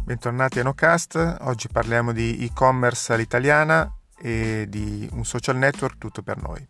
Bentornati a NoCast. Oggi parliamo di e-commerce all'italiana e di un social network tutto per noi.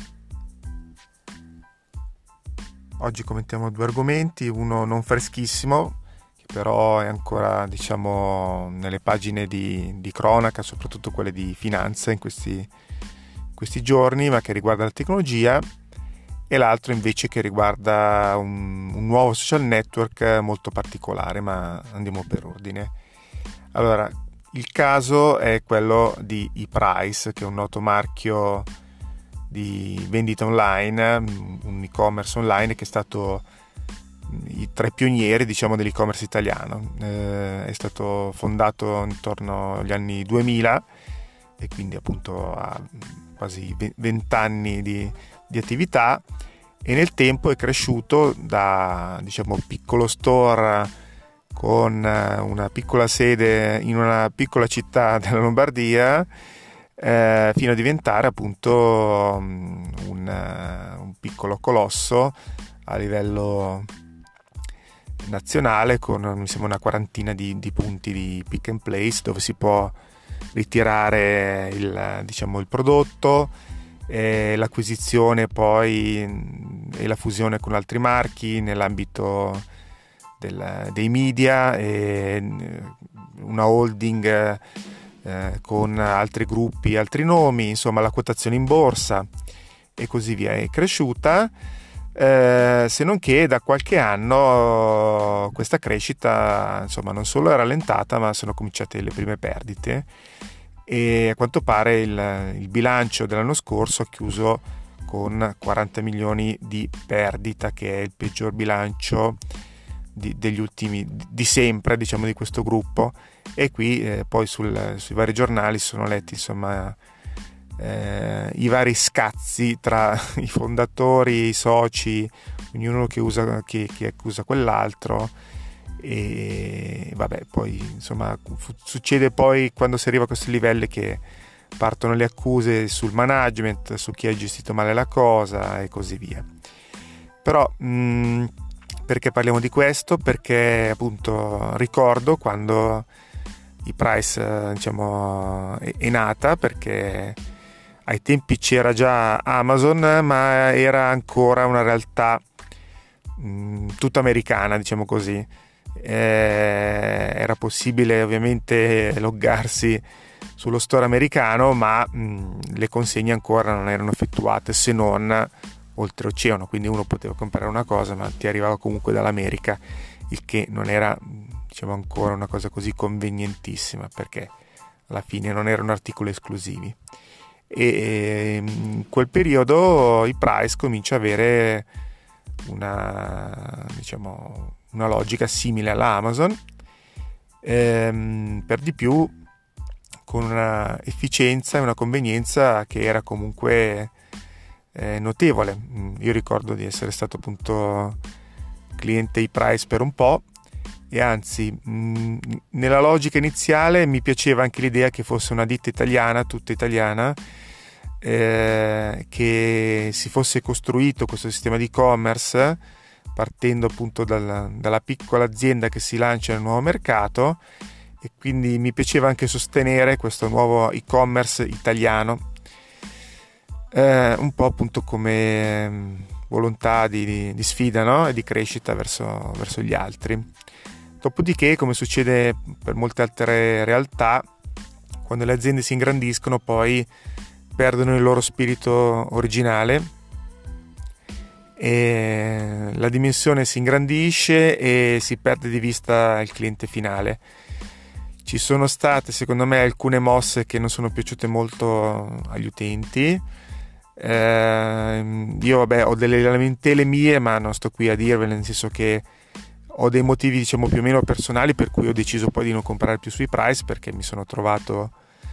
Oggi commentiamo due argomenti, uno non freschissimo, che però è ancora nelle pagine di cronaca, soprattutto quelle di finanza in questi giorni, ma che riguarda la tecnologia, e l'altro invece che riguarda un nuovo social network molto particolare, ma andiamo per ordine. Allora, il caso è quello di ePrice, che è un noto marchio di vendita online, un e-commerce online che è stato tra i pionieri dell'e-commerce italiano. È stato fondato intorno agli anni 2000 e quindi appunto ha quasi 20 anni di attività, e nel tempo è cresciuto da piccolo store con una piccola sede in una piccola città della Lombardia fino a diventare appunto un piccolo colosso a livello nazionale, con mi sembra una quarantina di punti di pick and place dove si può ritirare il prodotto, l'acquisizione poi e la fusione con altri marchi nell'ambito dei media, e una holding con altri gruppi, altri nomi, insomma la quotazione in borsa e così via. È cresciuta, se non che da qualche anno questa crescita non solo è rallentata, ma sono cominciate le prime perdite, e a quanto pare il bilancio dell'anno scorso ha chiuso con 40 milioni di perdita, che è il peggior bilancio degli ultimi, di sempre, di questo gruppo. E qui poi sui vari giornali sono letti i vari scazzi tra i fondatori, i soci, ognuno che accusa quell'altro. E vabbè, poi succede poi, quando si arriva a questi livelli, che partono le accuse sul management, su chi ha gestito male la cosa e così via. Però perché parliamo di questo? Perché appunto ricordo quando ePrice è nata, perché ai tempi c'era già Amazon, ma era ancora una realtà tutta americana, così. Era possibile ovviamente loggarsi sullo store americano, ma le consegne ancora non erano effettuate, se non oltreoceano, quindi uno poteva comprare una cosa ma ti arrivava comunque dall'America, il che non era ancora una cosa così convenientissima, perché alla fine non erano articoli esclusivi. E in quel periodo ePrice comincia a avere una logica simile alla Amazon, per di più con una efficienza e una convenienza che era comunque notevole. Io ricordo di essere stato appunto cliente ePrice per un po', e anzi nella logica iniziale mi piaceva anche l'idea che fosse una ditta italiana, tutta italiana, che si fosse costruito questo sistema di e-commerce partendo appunto dalla piccola azienda che si lancia nel nuovo mercato, e quindi mi piaceva anche sostenere questo nuovo e-commerce italiano, un po' appunto come volontà di sfida, no? E di crescita verso gli altri. Dopodiché, come succede per molte altre realtà, quando le aziende si ingrandiscono poi perdono il loro spirito originale, e la dimensione si ingrandisce e si perde di vista il cliente finale. Ci sono state, secondo me, alcune mosse che non sono piaciute molto agli utenti. Io ho delle lamentele mie, ma non sto qui a dirvele, nel senso che ho dei motivi più o meno personali per cui ho deciso poi di non comprare più su ePrice, perché mi sono trovato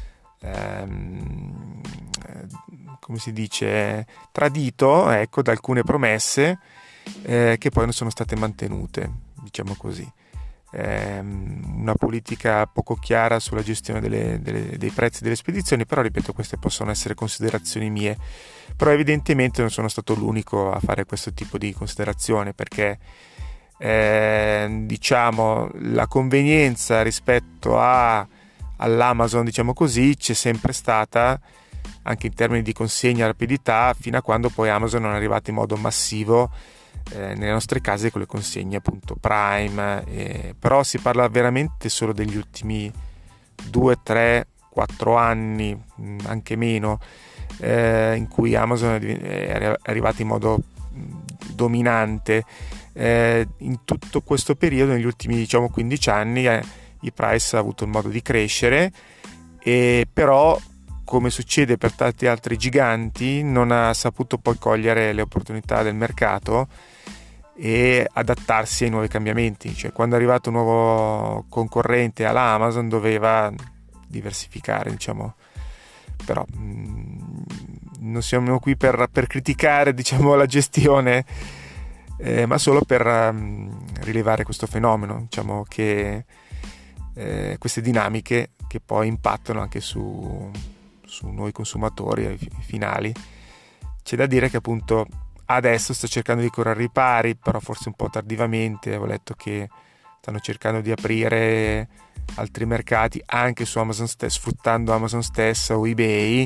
come si dice, tradito, ecco, da alcune promesse che poi non sono state mantenute, così. Una politica poco chiara sulla gestione dei prezzi delle spedizioni, però ripeto, queste possono essere considerazioni mie, però evidentemente non sono stato l'unico a fare questo tipo di considerazione, perché diciamo la convenienza rispetto all'Amazon, diciamo così, c'è sempre stata anche in termini di consegna e rapidità, fino a quando poi Amazon non è arrivato in modo massivo nelle nostre case con le consegne appunto Prime, però si parla veramente solo degli ultimi 2, 3, 4 anni, anche meno, in cui Amazon è arrivato in modo dominante. In tutto questo periodo, negli ultimi diciamo 15 anni, ePrice ha avuto il modo di crescere, però come succede per tanti altri giganti non ha saputo poi cogliere le opportunità del mercato e adattarsi ai nuovi cambiamenti. Cioè, quando è arrivato un nuovo concorrente alla Amazon doveva diversificare, diciamo. Però non siamo qui per criticare, diciamo, la gestione, ma solo per rilevare questo fenomeno, diciamo, che queste dinamiche che poi impattano anche su noi consumatori finali. C'è da dire che appunto adesso sto cercando di correre ai ripari, però forse un po' tardivamente. Ho letto che stanno cercando di aprire altri mercati anche su Amazon sfruttando Amazon stessa o eBay.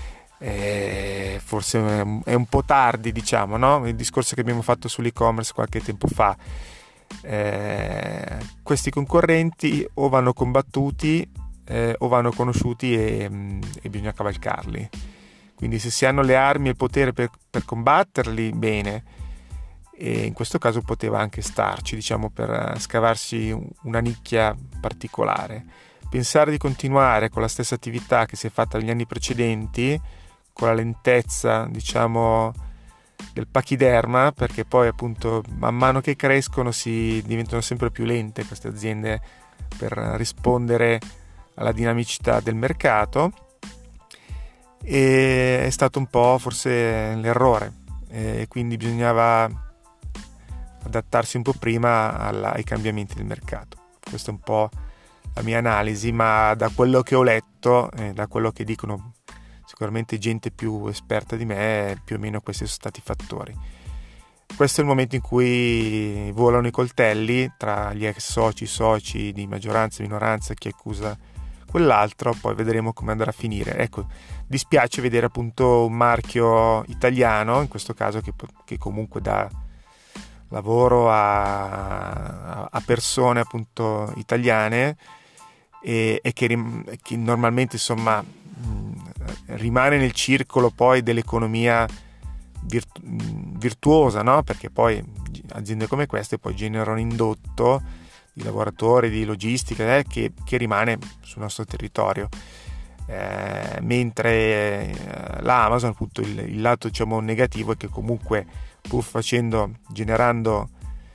Forse è un po' tardi, diciamo, no? Il discorso che abbiamo fatto sull'e-commerce qualche tempo fa. Questi concorrenti o vanno combattuti o vanno conosciuti e bisogna cavalcarli. Quindi se si hanno le armi e il potere per combatterli, bene, e in questo caso poteva anche starci, diciamo, per scavarsi una nicchia particolare. Pensare di continuare con la stessa attività che si è fatta negli anni precedenti, con la lentezza, diciamo, del pachiderma, perché poi appunto man mano che crescono si diventano sempre più lente queste aziende per rispondere alla dinamicità del mercato, e è stato un po' forse l'errore, quindi bisognava adattarsi un po' prima ai cambiamenti del mercato. Questa è un po' la mia analisi, ma da quello che ho letto, da quello che dicono sicuramente gente più esperta di me, più o meno questi sono stati i fattori. Questo è il momento in cui volano i coltelli tra gli ex soci di maggioranza e minoranza, chi accusa quell'altro, poi vedremo come andrà a finire. Ecco, dispiace vedere appunto un marchio italiano, in questo caso che comunque dà lavoro a persone appunto italiane e che normalmente insomma rimane nel circolo poi dell'economia virtuosa, no? Perché poi aziende come queste poi generano indotto di lavoratori, di logistica che rimane sul nostro territorio, mentre la Amazon, appunto, il lato diciamo negativo è che comunque pur generando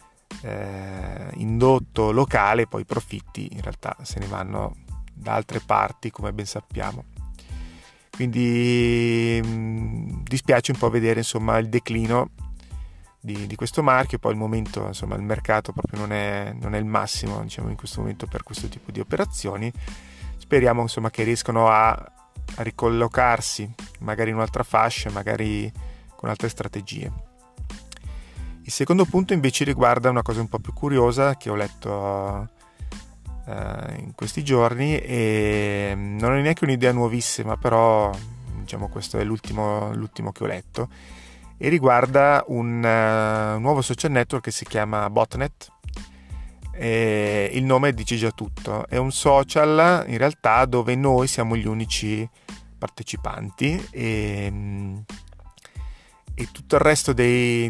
indotto locale, poi i profitti in realtà se ne vanno da altre parti, come ben sappiamo. Quindi dispiace un po' vedere insomma il declino di questo marchio. Poi il momento, insomma, il mercato proprio non è il massimo, diciamo, in questo momento per questo tipo di operazioni. Speriamo insomma che riescano a ricollocarsi magari in un'altra fascia, magari con altre strategie. Il secondo punto invece riguarda una cosa un po' più curiosa che ho letto in questi giorni, e non è neanche un'idea nuovissima, però diciamo questo è l'ultimo che ho letto, e riguarda un nuovo social network che si chiama Botnet. Il nome dice già tutto, è un social in realtà dove noi siamo gli unici partecipanti e tutto il resto dei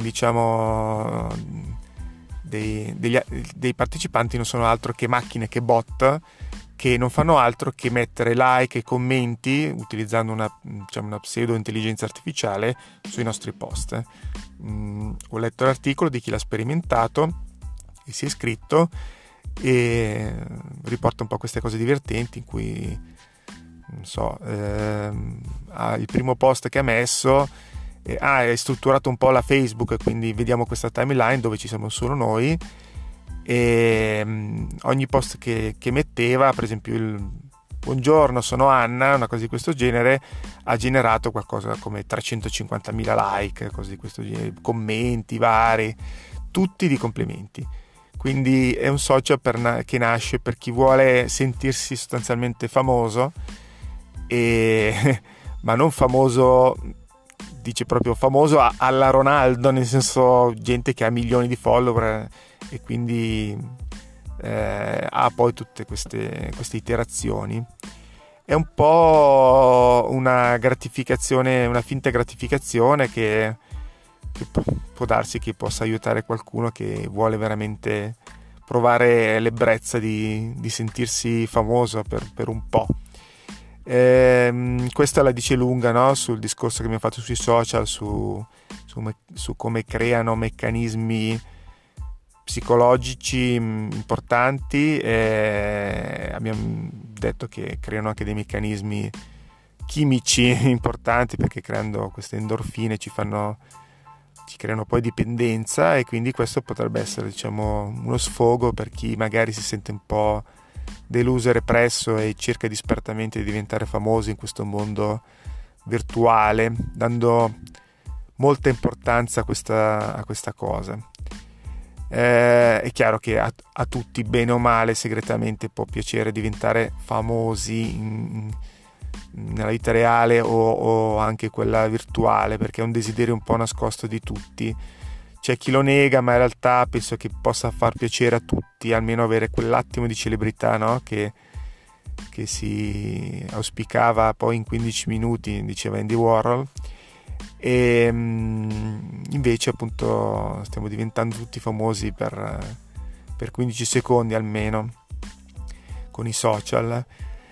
partecipanti non sono altro che macchine, che bot, che non fanno altro che mettere like e commenti utilizzando una pseudo intelligenza artificiale sui nostri post. Ho letto l'articolo di chi l'ha sperimentato e si è iscritto, e riporta un po' queste cose divertenti in cui non so, il primo post che ha messo è strutturato un po' alla Facebook, quindi vediamo questa timeline dove ci siamo solo noi, e ogni post che metteva, per esempio il buongiorno, sono Anna, una cosa di questo genere, ha generato qualcosa come 350.000 like, cose di questo genere, commenti vari, tutti di complimenti. Quindi è un social che nasce per chi vuole sentirsi sostanzialmente famoso, ma non famoso, dice proprio famoso alla Ronaldo, nel senso gente che ha milioni di follower e quindi ha poi tutte queste iterazioni. È un po' una gratificazione, una finta gratificazione che può darsi che possa aiutare qualcuno che vuole veramente provare l'ebbrezza di sentirsi famoso per un po'. Questa la dice lunga, no? Sul discorso che abbiamo fatto sui social, su come creano meccanismi psicologici importanti. Abbiamo detto che creano anche dei meccanismi chimici importanti, perché creando queste endorfine ci creano poi dipendenza, e quindi questo potrebbe essere, diciamo, uno sfogo per chi magari si sente un po' deluso e represso e cerca disperatamente di diventare famoso in questo mondo virtuale, dando molta importanza a questa cosa. È chiaro che a tutti, bene o male, segretamente può piacere diventare famosi nella vita reale o anche quella virtuale, perché è un desiderio un po' nascosto di tutti. C'è chi lo nega, ma in realtà penso che possa far piacere a tutti almeno avere quell'attimo di celebrità, no? che si auspicava poi in 15 minuti, diceva Andy Warhol. E invece appunto stiamo diventando tutti famosi per 15 secondi almeno con i social.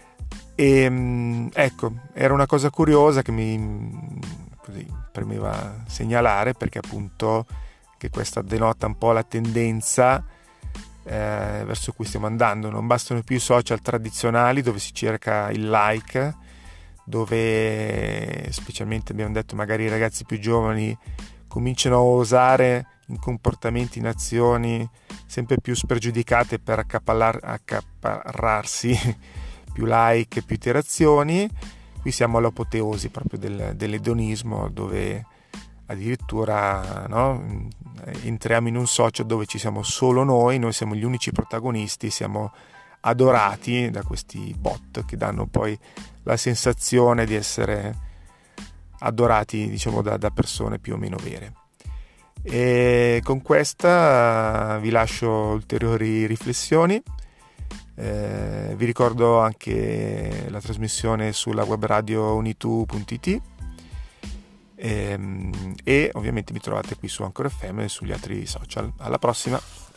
E ecco, era una cosa curiosa che mi così premeva segnalare, perché appunto che questa denota un po' la tendenza verso cui stiamo andando. Non bastano più i social tradizionali dove si cerca il like, dove specialmente abbiamo detto magari i ragazzi più giovani cominciano a osare in comportamenti, in azioni sempre più spregiudicate per accaparrarsi più like, più interazioni. Qui siamo all'apoteosi proprio dell'edonismo, dove addirittura, no, entriamo in un social dove ci siamo solo noi siamo gli unici protagonisti, siamo adorati da questi bot che danno poi la sensazione di essere adorati, diciamo, da persone più o meno vere. E con questa vi lascio ulteriori riflessioni. Vi ricordo anche la trasmissione sulla web radio unitu.it e ovviamente mi trovate qui su Anchor FM e sugli altri social. Alla prossima!